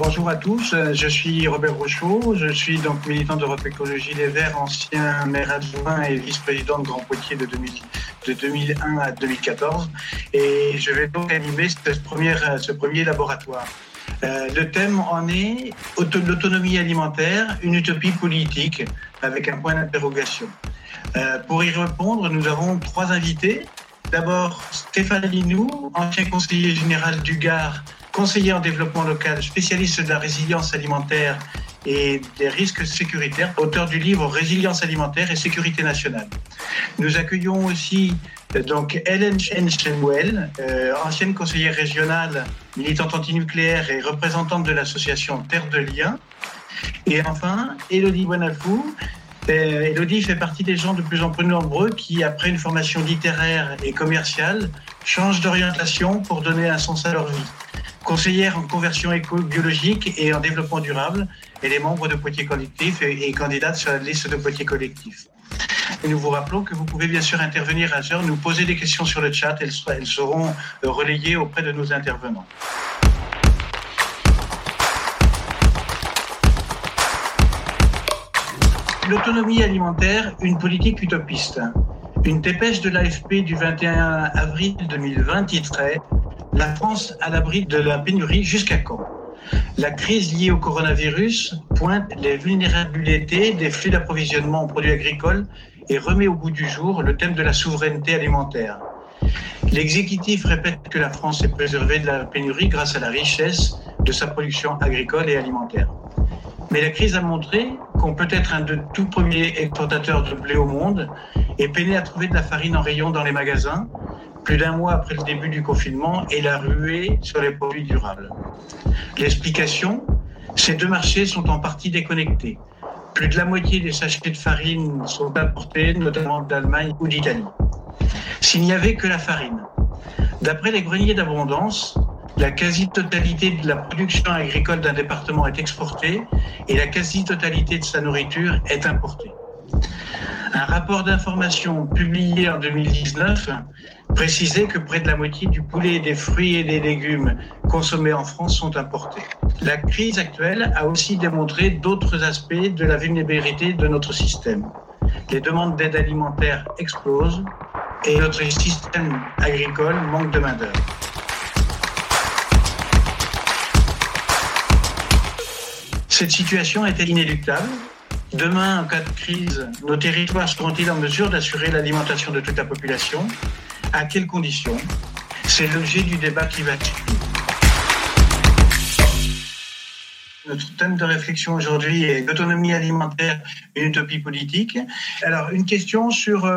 Bonjour à tous, je suis Robert Rochaud, je suis donc militant d'Europe Écologie Les Verts, ancien maire adjoint et vice-président de Grand Poitiers de 2001 à 2014, et je vais donc animer ce premier laboratoire. Le thème en est l'autonomie alimentaire, une utopie politique, avec un point d'interrogation. Pour y répondre, nous avons 3 invités. D'abord, Stéphane Linou, ancien conseiller général du Gard, conseiller en développement local, spécialiste de la résilience alimentaire et des risques sécuritaires, auteur du livre Résilience alimentaire et sécurité nationale. Nous accueillons aussi donc Hélène Henschenwell, ancienne conseillère régionale, militante antinucléaire et représentante de l'association Terre de Liens. Et enfin, Élodie Bonafou. Élodie fait partie des gens de plus en plus nombreux qui, après une formation littéraire et commerciale, changent d'orientation pour donner un sens à leur vie. Conseillère en conversion éco-biologique et en développement durable, elle est membre de Poitiers Collectif et candidate sur la liste de Poitiers Collectif. Et nous vous rappelons que vous pouvez bien sûr intervenir à l'heure, nous poser des questions sur le chat, elles seront relayées auprès de nos intervenants. L'autonomie alimentaire, une politique utopiste. Une dépêche de l'AFP du 21 avril 2020 titrait « La France à l'abri de la pénurie jusqu'à quand ?» La crise liée au coronavirus pointe les vulnérabilités des flux d'approvisionnement en produits agricoles et remet au goût du jour le thème de la souveraineté alimentaire. L'exécutif répète que la France est préservée de la pénurie grâce à la richesse de sa production agricole et alimentaire. Mais la crise a montré qu'on peut être un des tout premiers exportateurs de blé au monde et peiner à trouver de la farine en rayon dans les magasins, plus d'un mois après le début du confinement et la ruée sur les produits durables. L'explication, ces 2 marchés sont en partie déconnectés. Plus de la moitié des sachets de farine sont importés, notamment d'Allemagne ou d'Italie. S'il n'y avait que la farine, d'après les greniers d'abondance, la quasi-totalité de la production agricole d'un département est exportée et la quasi-totalité de sa nourriture est importée. Un rapport d'information publié en 2019 précisait que près de la moitié du poulet, des fruits et des légumes consommés en France sont importés. La crise actuelle a aussi démontré d'autres aspects de la vulnérabilité de notre système. Les demandes d'aide alimentaire explosent et notre système agricole manque de main-d'œuvre. Cette situation est-elle inéluctable ? Demain, en cas de crise, nos territoires seront-ils en mesure d'assurer l'alimentation de toute la population ? À quelles conditions ? C'est l'objet du débat qui va suivre. Notre thème de réflexion aujourd'hui est l'autonomie alimentaire, une utopie politique. Alors, une question sur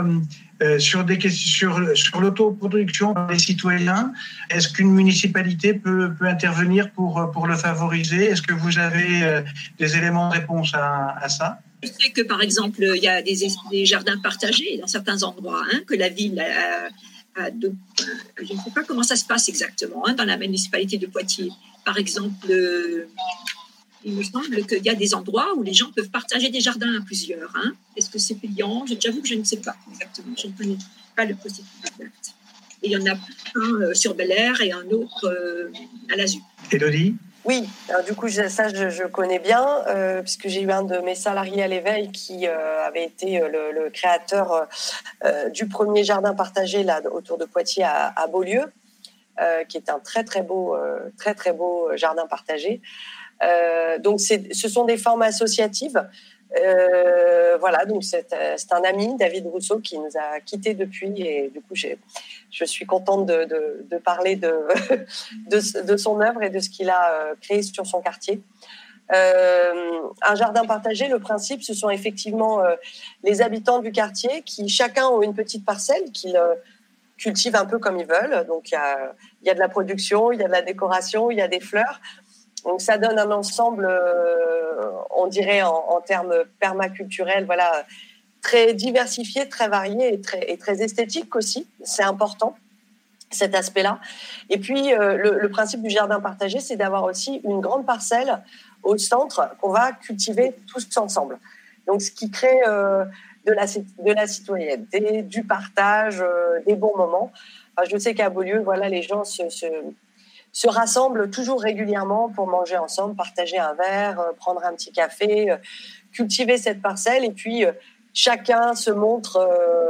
l'autoproduction des citoyens. Est-ce qu'une municipalité peut intervenir pour le favoriser ? Est-ce que vous avez des éléments de réponse à ça ? Je sais que, par exemple, il y a des jardins partagés dans certains endroits, que la ville a je ne sais pas comment ça se passe exactement dans la municipalité de Poitiers. Par exemple, il me semble qu'il y a des endroits où les gens peuvent partager des jardins à plusieurs. Est-ce que c'est payant ? J'avoue que je ne sais pas exactement. Je ne connais pas le processus exact. Et il y en a un sur Bel Air et un autre à Lazu. Élodie ? Oui, alors du coup, je connais bien, puisque j'ai eu un de mes salariés à l'éveil qui avait été le créateur du premier jardin partagé là, autour de Poitiers à Beaulieu, qui est un très très beau jardin partagé. Donc, ce sont des formes associatives. Voilà, donc c'est un ami, David Rousseau, qui nous a quittés depuis, et du coup, je suis contente de parler de son œuvre et de ce qu'il a créé sur son quartier. Un jardin partagé, le principe, ce sont effectivement les habitants du quartier qui chacun ont une petite parcelle qu'ils cultivent un peu comme ils veulent. Donc, il y a de la production, il y a de la décoration, il y a des fleurs. Donc, ça donne un ensemble, on dirait en termes permaculturels, voilà, très diversifié, très varié et très esthétique aussi. C'est important, cet aspect-là. Et puis, le principe du jardin partagé, c'est d'avoir aussi une grande parcelle au centre qu'on va cultiver tous ensemble. Donc, ce qui crée de la citoyenneté, du partage, des bons moments. Enfin, je sais qu'à Beaulieu, voilà, les gens se rassemblent toujours régulièrement pour manger ensemble, partager un verre, prendre un petit café, cultiver cette parcelle. Et puis, chacun se montre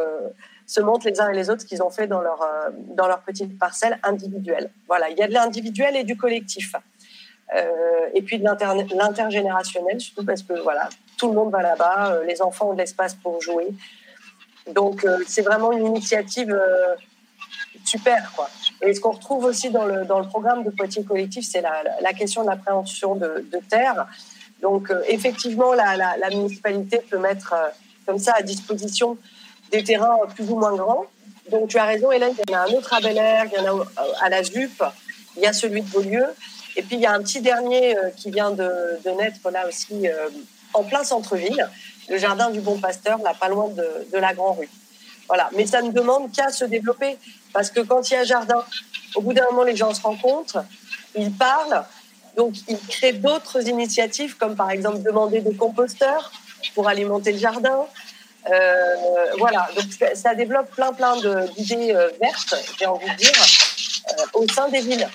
les uns et les autres ce qu'ils ont fait dans leur petite parcelle individuelle. Voilà, il y a de l'individuel et du collectif. Et puis de l'intergénérationnel, surtout parce que voilà, tout le monde va là-bas, les enfants ont de l'espace pour jouer. Donc, c'est vraiment une initiative super, quoi. Et ce qu'on retrouve aussi dans le programme de Poitiers Collectif, c'est la question de l'appréhension de terre. Donc, effectivement, la municipalité peut mettre comme ça à disposition des terrains plus ou moins grands. Donc, tu as raison, Hélène, il y en a un autre à Bel-Air, il y en a à la ZUP, il y a celui de Beaulieu. Et puis, il y a un petit dernier qui vient de naître là aussi, en plein centre-ville, le jardin du Bon Pasteur, là, pas loin de la Grand Rue. Voilà. Mais ça ne demande qu'à se développer. Parce que quand il y a jardin, au bout d'un moment, les gens se rencontrent, ils parlent, donc ils créent d'autres initiatives, comme par exemple demander des composteurs pour alimenter le jardin. Voilà, donc ça développe plein d'idées vertes, j'ai envie de dire, au sein des villes.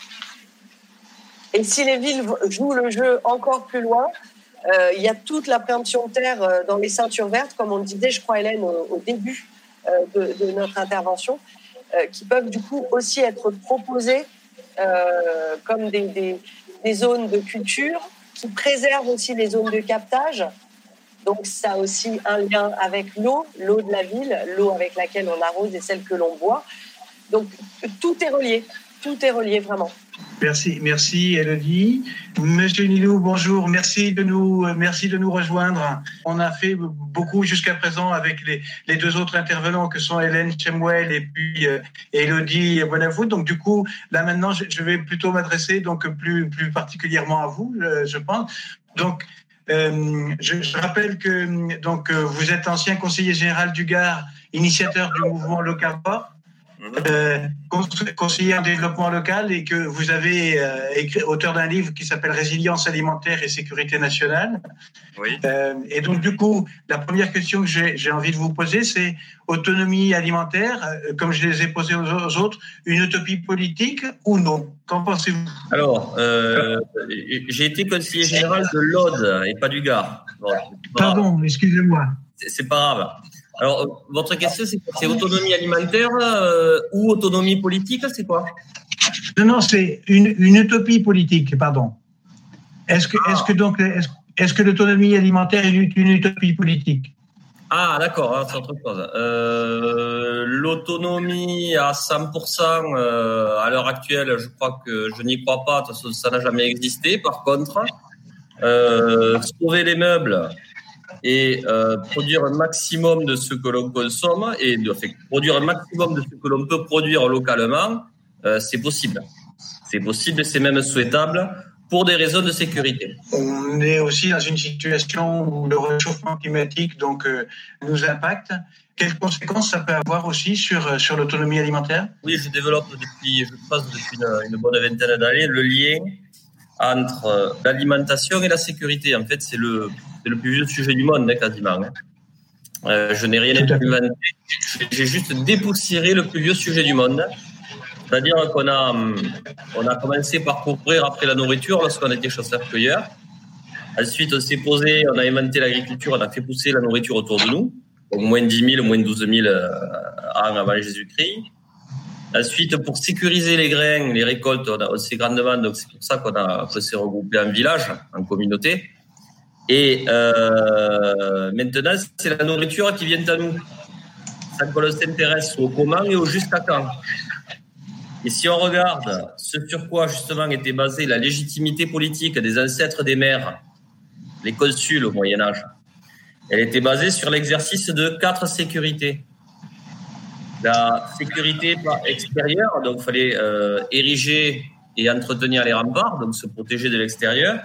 Et si les villes jouent le jeu encore plus loin, il y a toute la préemption de terre dans les ceintures vertes, comme on le disait, je crois, Hélène, au début de notre intervention, qui peuvent du coup aussi être proposées comme des zones de culture, qui préservent aussi les zones de captage. Donc ça a aussi un lien avec l'eau de la ville, l'eau avec laquelle on arrose et celle que l'on boit. Donc tout est relié vraiment. Merci Élodie. Monsieur Nilou, bonjour. Merci de nous rejoindre. On a fait beaucoup jusqu'à présent avec les deux autres intervenants que sont Hélène Chemwell et puis Élodie Bonavout. Donc du coup, là maintenant, je vais plutôt m'adresser donc plus particulièrement à vous, je pense. Donc je rappelle que donc vous êtes ancien conseiller général du Gard, initiateur du mouvement Locavore. Conseiller en développement local et que vous avez auteur d'un livre qui s'appelle Résilience alimentaire et sécurité nationale. Oui. Et donc du coup, la première question que j'ai envie de vous poser, c'est autonomie alimentaire, comme je les ai posées aux autres, une utopie politique ou non? Qu'en pensez-vous? Alors, j'ai été conseiller général de l'Aude et pas du Gard. Bon, pardon, excusez-moi. C'est pas grave. Alors, votre question, c'est autonomie alimentaire ou autonomie politique, c'est quoi? Non, c'est une utopie politique, pardon. Est-ce que l'autonomie alimentaire est une utopie politique? Ah, d'accord, c'est autre chose. L'autonomie à 100%, à l'heure actuelle, je crois que je n'y crois pas, de toute façon, ça n'a jamais existé. Par contre, sauver les meubles et produire un maximum de ce que l'on consomme et produire un maximum de ce que l'on peut produire localement, c'est possible. C'est possible et c'est même souhaitable pour des raisons de sécurité. On est aussi dans une situation où le réchauffement climatique nous impacte. Quelles conséquences ça peut avoir aussi sur l'autonomie alimentaire? Oui, je développe depuis une bonne vingtaine d'années le lien entre l'alimentation et la sécurité. En fait, c'est le plus vieux sujet du monde, quasiment. Je n'ai rien inventé. J'ai juste dépoussiéré le plus vieux sujet du monde. C'est-à-dire qu'on a commencé par courir après la nourriture lorsqu'on était chasseurs-cueilleurs. Ensuite, on s'est posé, on a inventé l'agriculture, on a fait pousser la nourriture autour de nous. Donc, moins 10 000, moins 12 000 ans avant Jésus-Christ. Ensuite, pour sécuriser les grains, les récoltes, on s'est grandement, donc c'est pour ça qu'on s'est regroupé en village, en communauté. Et maintenant, c'est la nourriture qui vient à nous. Sans qu'on s'intéresse au comment et au jusqu'à quand. Et si on regarde ce sur quoi justement était basée la légitimité politique des ancêtres des maires, les consuls au Moyen-Âge, elle était basée sur l'exercice de 4 sécurités. La sécurité extérieure, donc il fallait ériger et entretenir les remparts, donc se protéger de l'extérieur.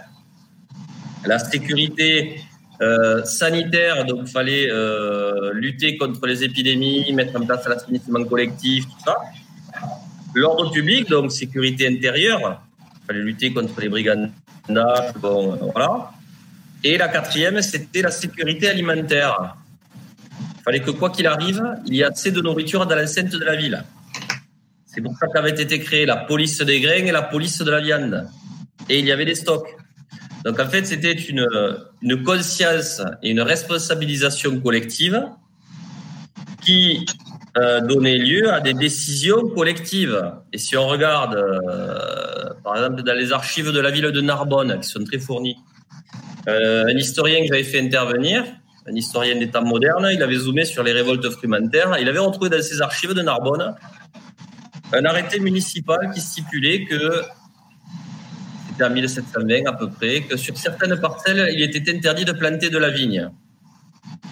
La sécurité sanitaire, donc il fallait lutter contre les épidémies, mettre en place l'assainissement collectif, tout ça. L'ordre public, donc sécurité intérieure, il fallait lutter contre les brigandages, voilà. Et la 4e, c'était la sécurité alimentaire. Il fallait que, quoi qu'il arrive, il y ait assez de nourriture dans l'enceinte de la ville. C'est pour ça qu'avaient été créées la police des grains et la police de la viande. Et il y avait des stocks. Donc, en fait, c'était une conscience et une responsabilisation collective qui donnait lieu à des décisions collectives. Et si on regarde, par exemple, dans les archives de la ville de Narbonne, qui sont très fournies, un historien que j'avais fait intervenir, un historien des temps modernes, il avait zoomé sur les révoltes frumentaires. Il avait retrouvé dans ses archives de Narbonne un arrêté municipal qui stipulait que, c'était en 1720 à peu près, que sur certaines parcelles, il était interdit de planter de la vigne. Pourquoi ?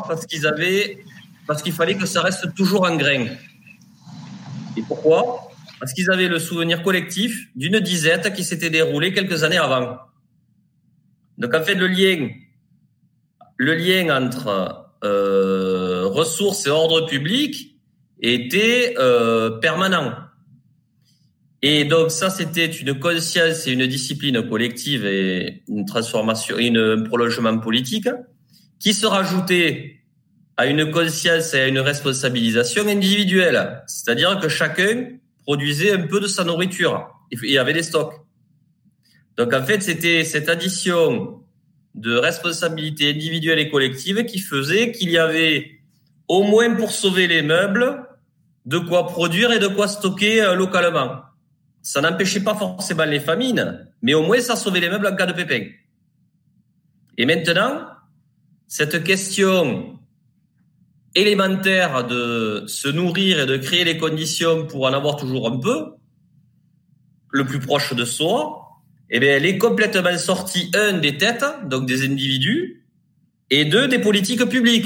Parce qu'il fallait que ça reste toujours en grain. Et pourquoi ? Parce qu'ils avaient le souvenir collectif d'une disette qui s'était déroulée quelques années avant. Donc en fait, le lien entre ressources et ordre public était permanent. Et donc ça, c'était une conscience et une discipline collective et une transformation, un prolongement politique qui se rajoutait à une conscience et à une responsabilisation individuelle. C'est-à-dire que chacun produisait un peu de sa nourriture et avait des stocks. Donc en fait, c'était cette addition de responsabilité individuelle et collective qui faisait qu'il y avait, au moins pour sauver les meubles, de quoi produire et de quoi stocker localement. Ça n'empêchait pas forcément les famines, mais au moins ça sauvait les meubles en cas de pépin. Et maintenant, cette question élémentaire de se nourrir et de créer les conditions pour en avoir toujours un peu, le plus proche de soi, eh bien, elle est complètement sortie, un, des têtes, donc des individus, et deux, des politiques publiques.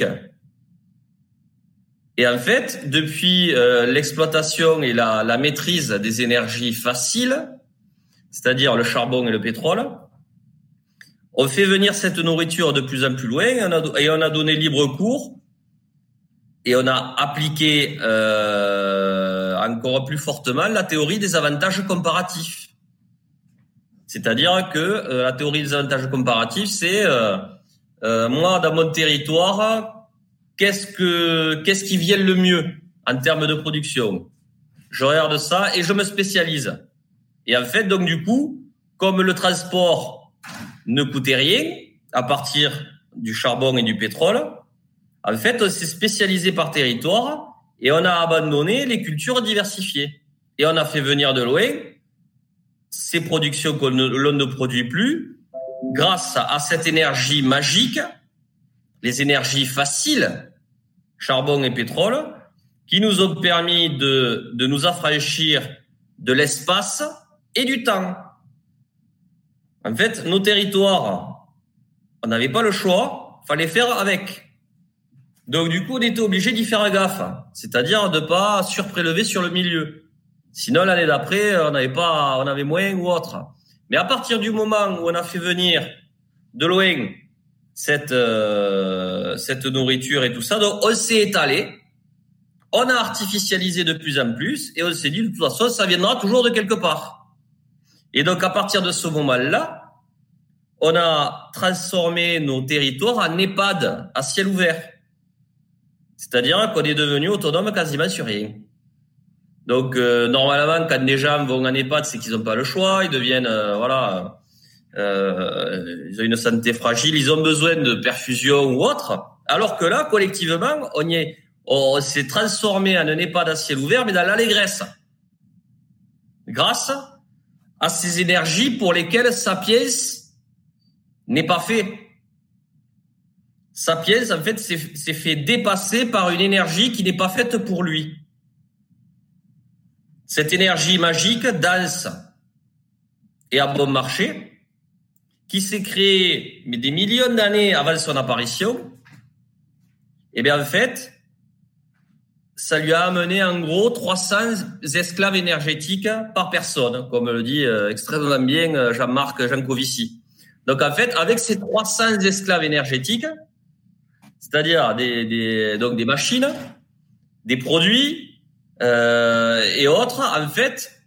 Et en fait, depuis l'exploitation et la maîtrise des énergies faciles, c'est-à-dire le charbon et le pétrole, on fait venir cette nourriture de plus en plus loin et on a donné libre cours et on a appliqué encore plus fortement la théorie des avantages comparatifs. C'est-à-dire que la théorie des avantages comparatifs, c'est moi, dans mon territoire, qu'est-ce qui vient le mieux en termes de production? Je regarde ça et je me spécialise. Et en fait, donc du coup, comme le transport ne coûtait rien à partir du charbon et du pétrole, en fait, on s'est spécialisé par territoire et on a abandonné les cultures diversifiées. Et on a fait venir de loin ces productions que l'on ne produit plus grâce à cette énergie magique, les énergies faciles, charbon et pétrole, qui nous ont permis de nous affranchir de l'espace et du temps. En fait, nos territoires, on n'avait pas le choix, fallait faire avec. Donc du coup, on était obligé d'y faire gaffe, c'est-à-dire de pas surprélever sur le milieu. Sinon, l'année d'après, on avait moins ou autre. Mais à partir du moment où on a fait venir de loin cette nourriture et tout ça, donc on s'est étalé, on a artificialisé de plus en plus et on s'est dit de toute façon, ça viendra toujours de quelque part. Et donc, à partir de ce moment-là, on a transformé nos territoires en EHPAD à ciel ouvert. C'est-à-dire qu'on est devenu autonome quasiment sur rien. Donc, normalement, quand des gens vont en EHPAD, c'est qu'ils n'ont pas le choix. Ils deviennent, ils ont une santé fragile. Ils ont besoin de perfusion ou autre. Alors que là, collectivement, on s'est transformé en un EHPAD à ciel ouvert, mais dans l'allégresse. Grâce à ces énergies pour lesquelles Sapiens n'est pas fait. Sapiens, en fait, s'est fait dépasser par une énergie qui n'est pas faite pour lui. Cette énergie magique, dense et à bon marché, qui s'est créée des millions d'années avant son apparition, eh bien, en fait, ça lui a amené en gros 300 esclaves énergétiques par personne, comme le dit extrêmement bien Jean-Marc Jancovici. Donc, en fait, avec ces 300 esclaves énergétiques, c'est-à-dire donc des machines, des produits, et autres, en fait,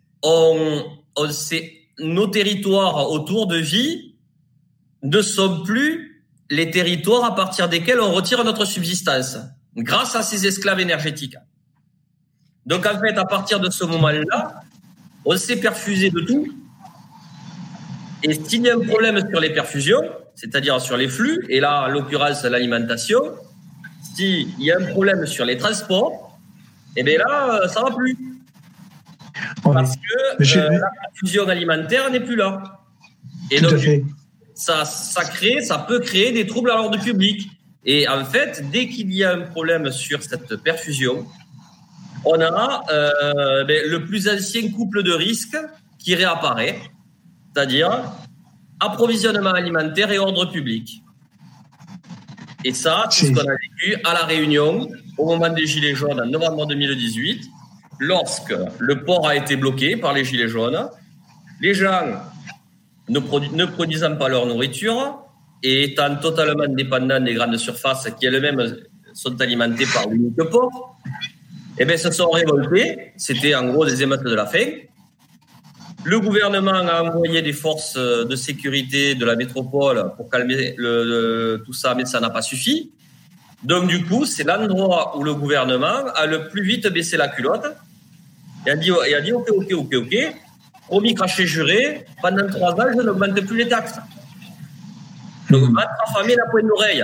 nos territoires autour de vie ne sont plus les territoires à partir desquels on retire notre subsistance, grâce à ces esclaves énergétiques. Donc, en fait, à partir de ce moment-là, on s'est perfusé de tout. Et s'il y a un problème sur les perfusions, c'est-à-dire sur les flux, et là, en l'occurrence, l'alimentation, s'il y a un problème sur les transports, eh bien là, ça ne va plus. Parce que la perfusion alimentaire n'est plus là. Et donc, ça peut créer des troubles à l'ordre public. Et en fait, dès qu'il y a un problème sur cette perfusion, on a le plus ancien couple de risques qui réapparaît, c'est-à-dire approvisionnement alimentaire et ordre public. Et ça, c'est ce qu'on a vécu à La Réunion au moment des Gilets jaunes en novembre 2018, lorsque le port a été bloqué par les Gilets jaunes, les gens ne produisant pas leur nourriture et étant totalement dépendants des grandes surfaces qui elles-mêmes sont alimentées par l'unique port, eh bien, se sont révoltés. C'était en gros des émeutes de la faim. Le gouvernement a envoyé des forces de sécurité de la métropole pour calmer tout ça, mais ça n'a pas suffi. Donc, du coup, c'est l'endroit où le gouvernement a le plus vite baissé la culotte. Il a dit OK. Promis, craché, juré. Pendant 3 ans, je n'augmente plus les taxes. Donc, va te affamer la pointe d'oreille.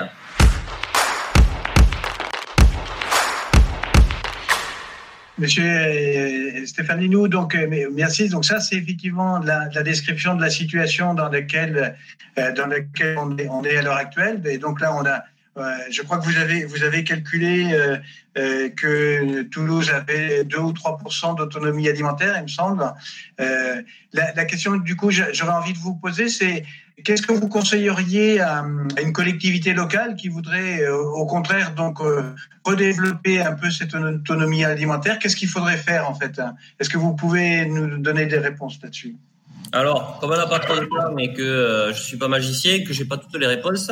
Monsieur Stéphane Linou, donc merci. Donc ça, c'est effectivement la description de la situation dans laquelle on est à l'heure actuelle. Et donc là, on a, je crois que vous avez calculé que Toulouse avait 2 ou 3% d'autonomie alimentaire, il me semble. La question, du coup, j'aurais envie de vous poser, c'est qu'est-ce que vous conseilleriez à une collectivité locale qui voudrait, au contraire, donc redévelopper un peu cette autonomie alimentaire? Qu'est-ce qu'il faudrait faire, en fait? Est-ce que vous pouvez nous donner des réponses là-dessus? Alors, comme on n'a pas trop de temps et que je suis pas magicien, que j'ai pas toutes les réponses,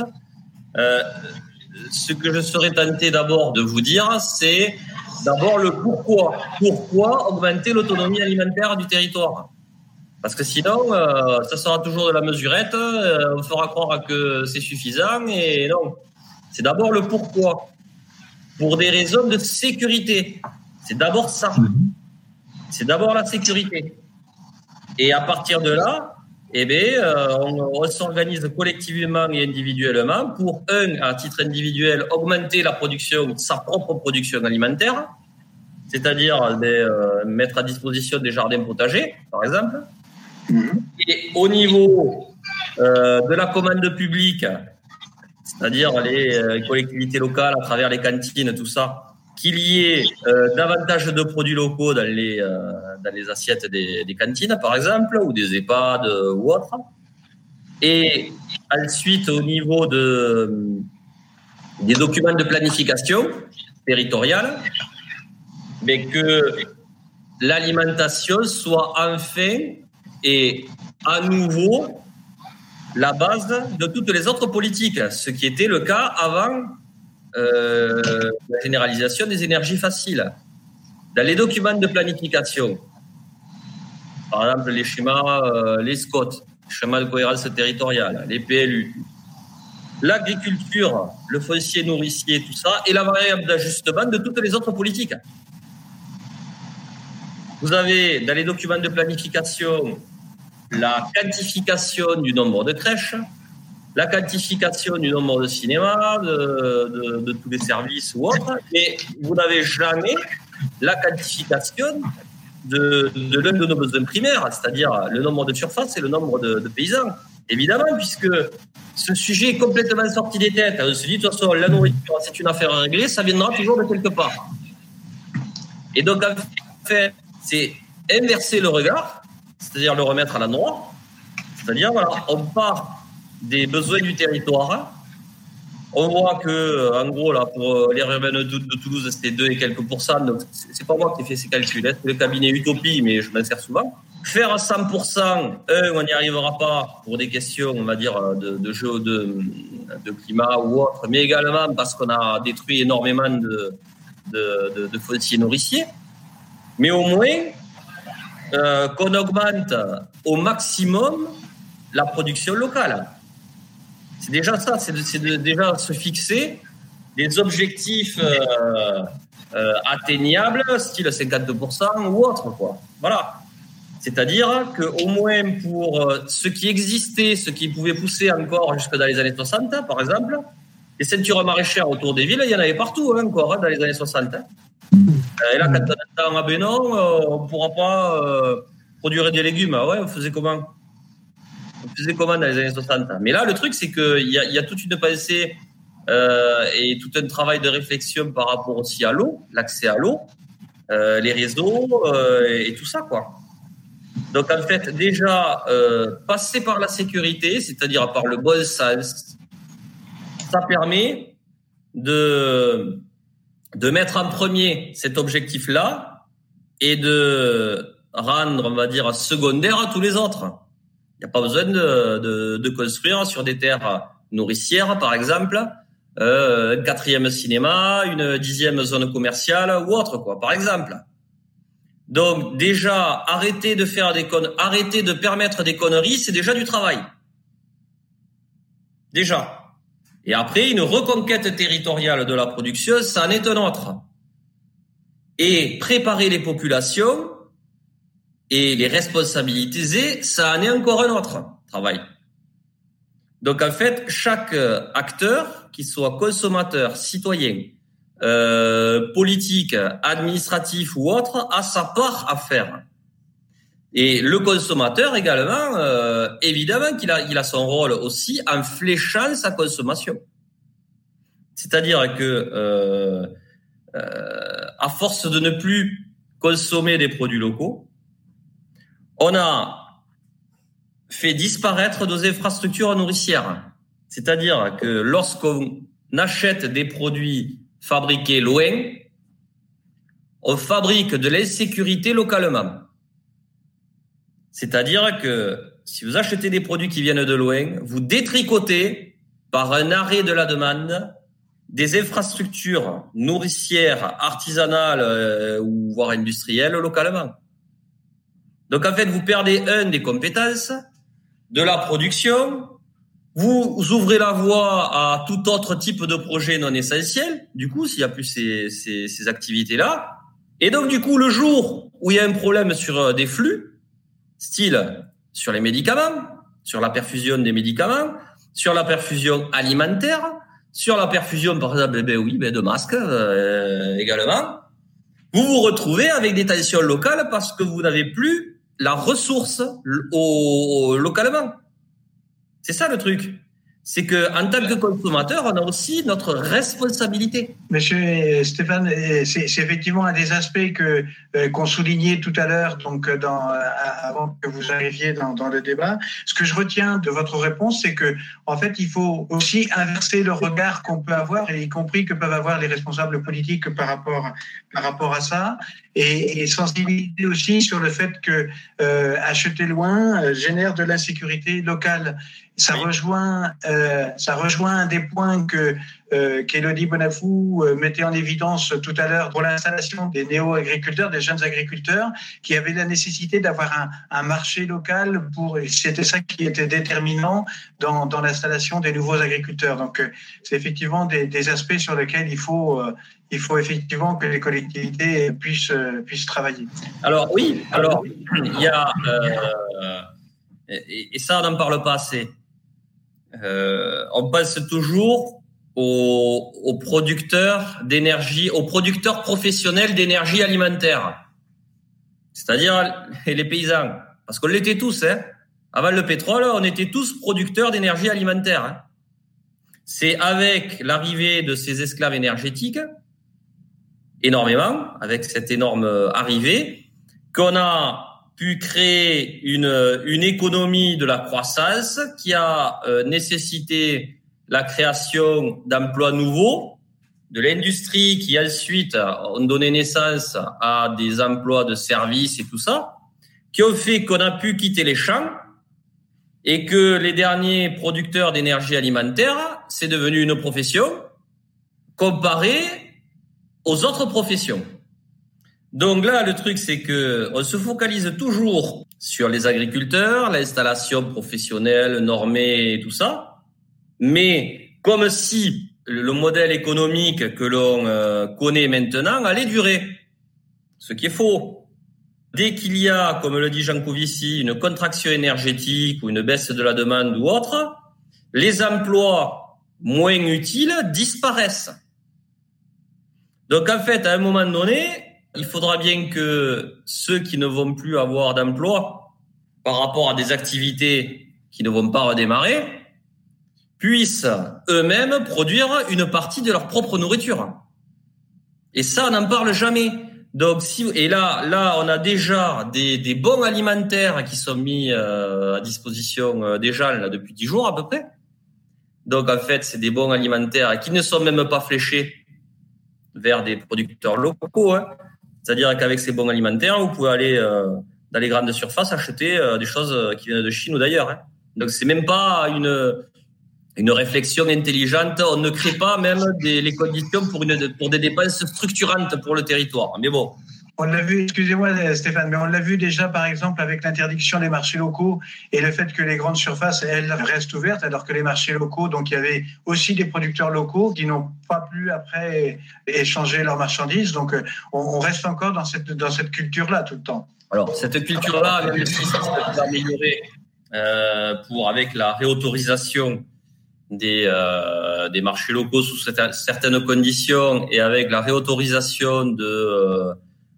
ce que je serais tenté d'abord de vous dire, c'est d'abord le pourquoi. Pourquoi augmenter l'autonomie alimentaire du territoire? Parce que sinon, ça sera toujours de la mesurette, on fera croire que c'est suffisant, et non. C'est d'abord le pourquoi. Pour des raisons de sécurité. C'est d'abord ça. C'est d'abord la sécurité. Et à partir de là, on s'organise collectivement et individuellement pour, à titre individuel, augmenter la production, sa propre production alimentaire, c'est-à-dire mettre à disposition des jardins potagers, par exemple. Et au niveau de la commande publique, c'est-à-dire les collectivités locales à travers les cantines, tout ça, qu'il y ait davantage de produits locaux dans les assiettes des cantines, par exemple, ou des EHPAD ou autres. Et ensuite, au niveau des documents de planification territoriale, mais que l'alimentation soit enfin et à nouveau la base de toutes les autres politiques, ce qui était le cas avant la généralisation des énergies faciles. Dans les documents de planification, par exemple les schémas, les SCOT, schémas de cohérence territoriale, les PLU, l'agriculture, le foncier nourricier, tout ça, et la variable d'ajustement de toutes les autres politiques. Vous avez dans les documents de planification la quantification du nombre de crèches, la quantification du nombre de cinémas, de tous les services ou autres, mais vous n'avez jamais la quantification de l'un de nos besoins primaires, c'est-à-dire le nombre de surfaces et le nombre de paysans. Évidemment, puisque ce sujet est complètement sorti des têtes. On se dit, de toute façon, la nourriture, c'est une affaire à régler, ça viendra toujours de quelque part. Et donc, en fait, c'est inverser le regard, c'est-à-dire le remettre à l'endroit. C'est-à-dire, voilà, on part des besoins du territoire. On voit que, en gros, là, pour l'aire urbaine de Toulouse, c'était 2 et quelques %. Donc, c'est pas moi qui ai fait ces calculs. C'est le cabinet Utopie, mais je m'en sers souvent. Faire à 100%, on n'y arrivera pas pour des questions, on va dire, de jeu de climat ou autre, mais également parce qu'on a détruit énormément de fonciers nourriciers. Mais au moins, qu'on augmente au maximum la production locale. C'est déjà ça, c'est déjà se fixer des objectifs atteignable, style 52% ou autre, quoi. Voilà. C'est-à-dire qu'au moins pour ce qui existait, ce qui pouvait pousser encore jusque dans les années 60, par exemple, les ceintures maraîchères autour des villes, il y en avait partout encore dans les années 60. Et là, quand on entend, ah ben non, on ne pourra pas produire des légumes. Ouais, on faisait comment dans les années 60? Mais là, le truc, c'est qu'il y a toute une pensée et tout un travail de réflexion par rapport aussi à l'eau, l'accès à l'eau, les réseaux et tout ça, quoi. Donc, en fait, déjà, passer par la sécurité, c'est-à-dire par le bon sens, ça permet de mettre en premier cet objectif-là et de rendre, on va dire, secondaire à tous les autres. Il n'y a pas besoin de construire sur des terres nourricières, par exemple, un 4e cinéma, une 10e zone commerciale ou autre, quoi, par exemple. Donc, déjà, arrêter de permettre des conneries, c'est déjà du travail. Déjà. Et après, une reconquête territoriale de la production, ça en est un autre. Et préparer les populations et les responsabiliser, ça en est encore un autre travail. Donc, en fait, chaque acteur, qu'il soit consommateur, citoyen, politique, administratif ou autre, a sa part à faire. Et le consommateur également, évidemment qu'il a son rôle aussi en fléchant sa consommation. C'est-à-dire que à force de ne plus consommer des produits locaux, on a fait disparaître nos infrastructures nourricières. C'est-à-dire que lorsqu'on achète des produits fabriqués loin, on fabrique de l'insécurité localement. C'est-à-dire que si vous achetez des produits qui viennent de loin, vous détricotez par un arrêt de la demande des infrastructures nourricières, artisanales ou voire industrielles localement. Donc en fait, vous perdez des compétences, de la production, vous ouvrez la voie à tout autre type de projet non essentiel, du coup, s'il n'y a plus ces activités-là. Et donc du coup, le jour où il y a un problème sur des flux, style sur les médicaments, sur la perfusion des médicaments, sur la perfusion alimentaire, sur la perfusion, par exemple, de masques également, vous vous retrouvez avec des tensions locales parce que vous n'avez plus la ressource localement. C'est ça le truc. C'est que en tant que consommateur, on a aussi notre responsabilité. Monsieur Stéphane, c'est effectivement un des aspects qu'on soulignait tout à l'heure, donc avant que vous arriviez dans le débat. Ce que je retiens de votre réponse, c'est que en fait, il faut aussi inverser le regard qu'on peut avoir, et y compris que peuvent avoir les responsables politiques par rapport à ça, et sensibiliser aussi sur le fait que acheter loin génère de l'insécurité locale. Ça rejoint un des points qu'Élodie Bonafou mettait en évidence tout à l'heure pour l'installation des néo-agriculteurs, des jeunes agriculteurs, qui avaient la nécessité d'avoir un marché local c'était ça qui était déterminant dans l'installation des nouveaux agriculteurs. Donc, c'est effectivement des aspects sur lesquels il faut effectivement que les collectivités puissent travailler. Alors, oui. Alors, il y a, et ça, on n'en parle pas assez. On pense toujours aux producteurs d'énergie, aux producteurs professionnels d'énergie alimentaire, c'est-à-dire les paysans, parce qu'on l'était tous, hein. Avant le pétrole, on était tous producteurs d'énergie alimentaire, hein. C'est avec l'arrivée de ces esclaves énergétiques, énormément, avec cette énorme arrivée, qu'on a pu créer une économie de la croissance qui a nécessité la création d'emplois nouveaux, de l'industrie qui ensuite ont donné naissance à des emplois de services et tout ça, qui ont fait qu'on a pu quitter les champs et que les derniers producteurs d'énergie alimentaire, c'est devenu une profession comparée aux autres professions. Donc là, le truc, c'est que on se focalise toujours sur les agriculteurs, l'installation professionnelle, normée et tout ça, mais comme si le modèle économique que l'on connaît maintenant allait durer. Ce qui est faux. Dès qu'il y a, comme le dit Jean Covici, une contraction énergétique ou une baisse de la demande ou autre, les emplois moins utiles disparaissent. Donc en fait, à un moment donné, il faudra bien que ceux qui ne vont plus avoir d'emploi par rapport à des activités qui ne vont pas redémarrer puissent eux-mêmes produire une partie de leur propre nourriture. Et ça, on n'en parle jamais. Donc là, on a déjà des bons alimentaires qui sont mis à disposition des gens là depuis 10 jours à peu près. Donc en fait, c'est des bons alimentaires qui ne sont même pas fléchés vers des producteurs locaux. C'est-à-dire qu'avec ces bons alimentaires, vous pouvez aller dans les grandes surfaces acheter des choses qui viennent de Chine ou d'ailleurs. Donc c'est même pas une réflexion intelligente. On ne crée pas même les conditions pour des dépenses structurantes pour le territoire. Mais bon. On l'a vu, excusez-moi Stéphane, mais on l'a vu déjà par exemple avec l'interdiction des marchés locaux et le fait que les grandes surfaces, elles, restent ouvertes alors que les marchés locaux, donc il y avait aussi des producteurs locaux qui n'ont pas pu après échanger leurs marchandises. Donc on reste encore dans cette culture-là tout le temps. Alors cette culture-là, même si ça s'est amélioré avec la réautorisation des marchés locaux sous certaines conditions et avec la réautorisation de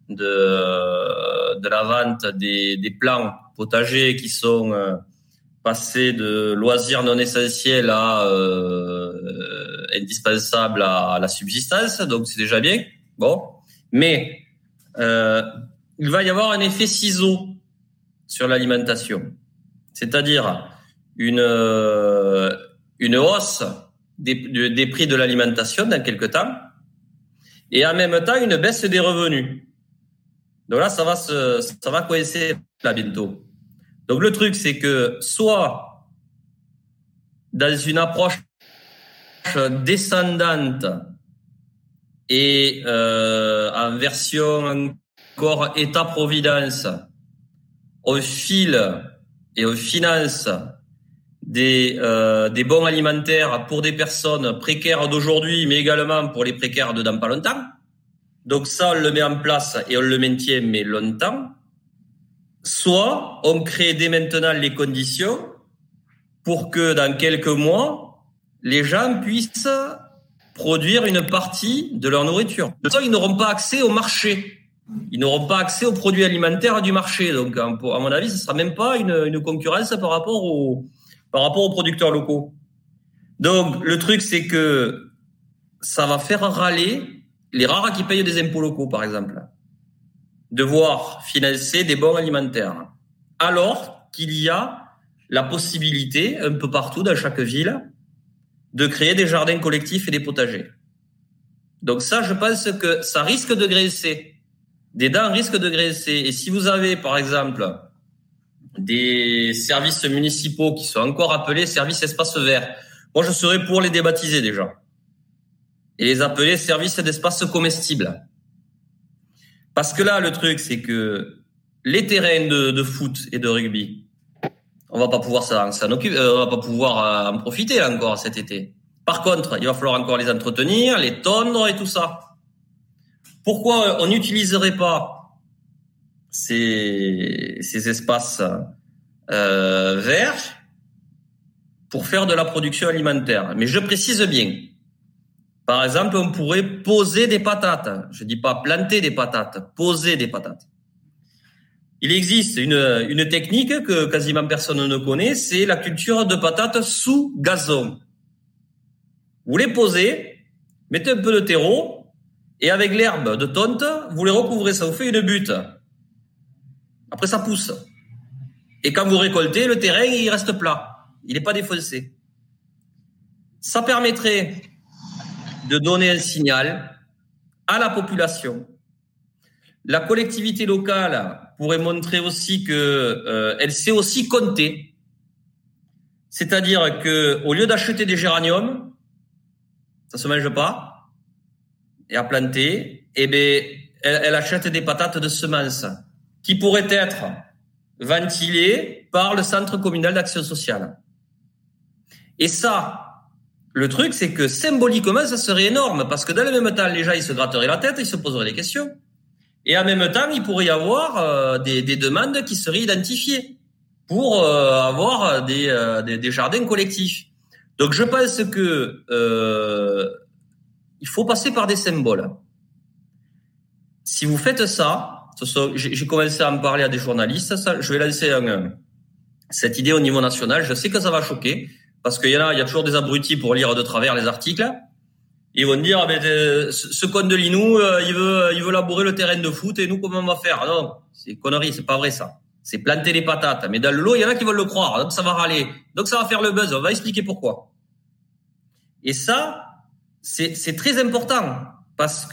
la vente des plants potagers qui sont passés de loisirs non essentiels à indispensables à la subsistance, donc c'est déjà bien. Bon, mais il va y avoir un effet ciseau sur l'alimentation, c'est-à-dire une hausse des prix de l'alimentation dans quelque temps et en même temps une baisse des revenus. Donc là, ça va coincer là bientôt. Donc le truc, c'est que soit dans une approche descendante et en version encore État-providence, on file et on finance des bons alimentaires pour des personnes précaires d'aujourd'hui, mais également pour les précaires de dans pas longtemps. Donc ça, on le met en place et on le maintient, mais longtemps. Soit on crée dès maintenant les conditions pour que dans quelques mois, les gens puissent produire une partie de leur nourriture. De toute façon, ils n'auront pas accès au marché. Ils n'auront pas accès aux produits alimentaires du marché. Donc, à mon avis, ce sera même pas une concurrence par rapport aux producteurs locaux. Donc, le truc, c'est que ça va faire râler les rares qui payent des impôts locaux, par exemple, devoir financer des bons alimentaires, alors qu'il y a la possibilité, un peu partout dans chaque ville, de créer des jardins collectifs et des potagers. Donc ça, je pense que ça risque de graisser. Des dents risquent de graisser. Et si vous avez, par exemple, des services municipaux qui sont encore appelés services espaces verts, moi, je serais pour les débaptiser déjà et les appeler services d'espaces comestibles. Parce que là, le truc, c'est que les terrains de foot et de rugby, on va pas pouvoir s'en occuper, on va pas pouvoir en profiter encore cet été. Par contre, il va falloir encore les entretenir, les tondre et tout ça. Pourquoi on n'utiliserait pas ces espaces verts pour faire de la production alimentaire? Mais je précise bien. Par exemple, on pourrait poser des patates. Je dis pas planter des patates, poser des patates. Il existe une technique que quasiment personne ne connaît, c'est la culture de patates sous gazon. Vous les posez, mettez un peu de terreau, et avec l'herbe de tonte, vous les recouvrez, ça vous fait une butte. Après, ça pousse. Et quand vous récoltez, le terrain, il reste plat. Il n'est pas défoncé. Ça permettrait de donner un signal à la population. La collectivité locale pourrait montrer aussi que elle sait aussi compter. C'est-à-dire que au lieu d'acheter des géraniums, ça se mange pas, et à planter, eh ben elle achète des patates de semences qui pourraient être ventilées par le centre communal d'action sociale. Et ça, Le truc, c'est que symboliquement, ça serait énorme, parce que dans le même temps, les gens, ils se gratteraient la tête, ils se poseraient des questions. Et en même temps, il pourrait y avoir des demandes qui seraient identifiées pour avoir des jardins collectifs. Donc, je pense que il faut passer par des symboles. Si vous faites ça, j'ai commencé à en parler à des journalistes, je vais lancer cette idée au niveau national. Je sais que ça va choquer, parce qu'il y a toujours des abrutis pour lire de travers les articles. Ils vont dire, ce con de Linou, il veut labourer le terrain de foot, et nous, comment on va faire? Non, c'est connerie, c'est pas vrai ça. C'est planter les patates. Mais dans le lot, il y en a qui veulent le croire, donc ça va râler. Donc ça va faire le buzz, on va expliquer pourquoi. Et ça, c'est très important, parce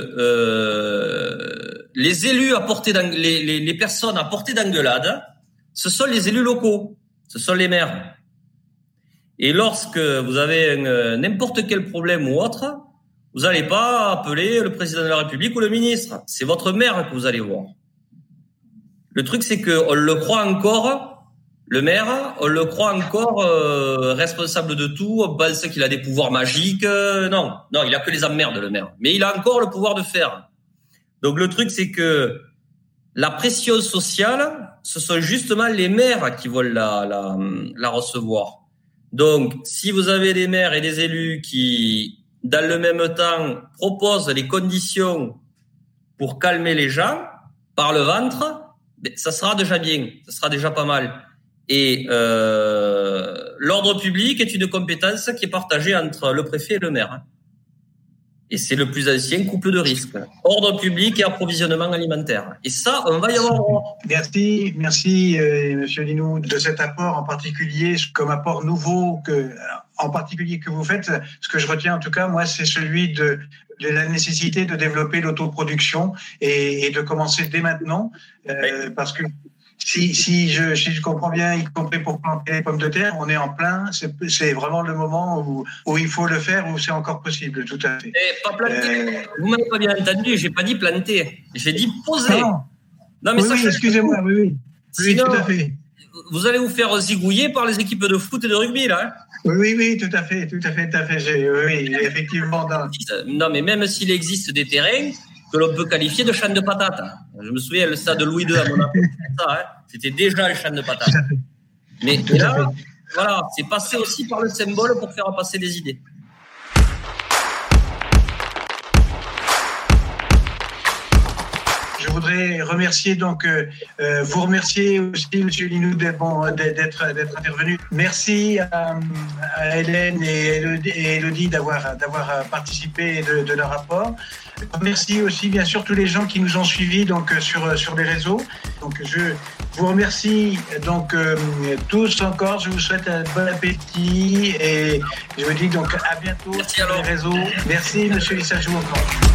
que les élus les personnes à portée d'engueulade, ce sont les élus locaux, ce sont les maires. Et lorsque vous avez n'importe quel problème ou autre, vous n'allez pas appeler le président de la République ou le ministre. C'est votre maire que vous allez voir. Le truc, c'est qu'on le croit encore, le maire, on le croit encore responsable de tout. On pense qu'il a des pouvoirs magiques. Non, il a que les emmerdes, le maire. Mais il a encore le pouvoir de faire. Donc le truc, c'est que la pression sociale, ce sont justement les maires qui veulent la recevoir. Donc, si vous avez des maires et des élus qui, dans le même temps, proposent les conditions pour calmer les gens par le ventre, ça sera déjà bien, ça sera déjà pas mal. Et l'ordre public est une compétence qui est partagée entre le préfet et le maire. Et c'est le plus ancien couple de risques. Ordre public et approvisionnement alimentaire. Et ça, on va y avoir. Merci, Monsieur Linou, de cet apport en particulier, comme apport nouveau en particulier que vous faites. Ce que je retiens en tout cas, moi, c'est celui de la nécessité de développer l'autoproduction et de commencer dès maintenant, parce que si je comprends bien, y compris pour planter les pommes de terre, on est en plein. C'est vraiment le moment où il faut le faire, où c'est encore possible, tout à fait. Pas planter. Vous m'avez pas bien entendu. J'ai pas dit planter. J'ai dit poser. Non mais oui, excusez-moi. Oui, sinon, tout à fait. Vous allez vous faire zigouiller par les équipes de foot et de rugby là. Hein. Oui, tout à fait. Oui, effectivement. Non, mais même s'il existe des terrains que l'on peut qualifier de champ de patates. Je me souviens, le stade Louis II à Monaco, c'était déjà le champ de patates. Mais là, voilà, c'est passé aussi par le symbole pour faire passer des idées. Je voudrais remercier vous remercier aussi, Monsieur Linou, d'être intervenu. Merci à Hélène et Elodie d'avoir participé de leur rapport. Merci aussi, bien sûr, tous les gens qui nous ont suivis sur les réseaux. Donc, je vous remercie tous encore. Je vous souhaite un bon appétit et je vous dis donc à bientôt sur les réseaux. Merci, Monsieur Lissajou, encore.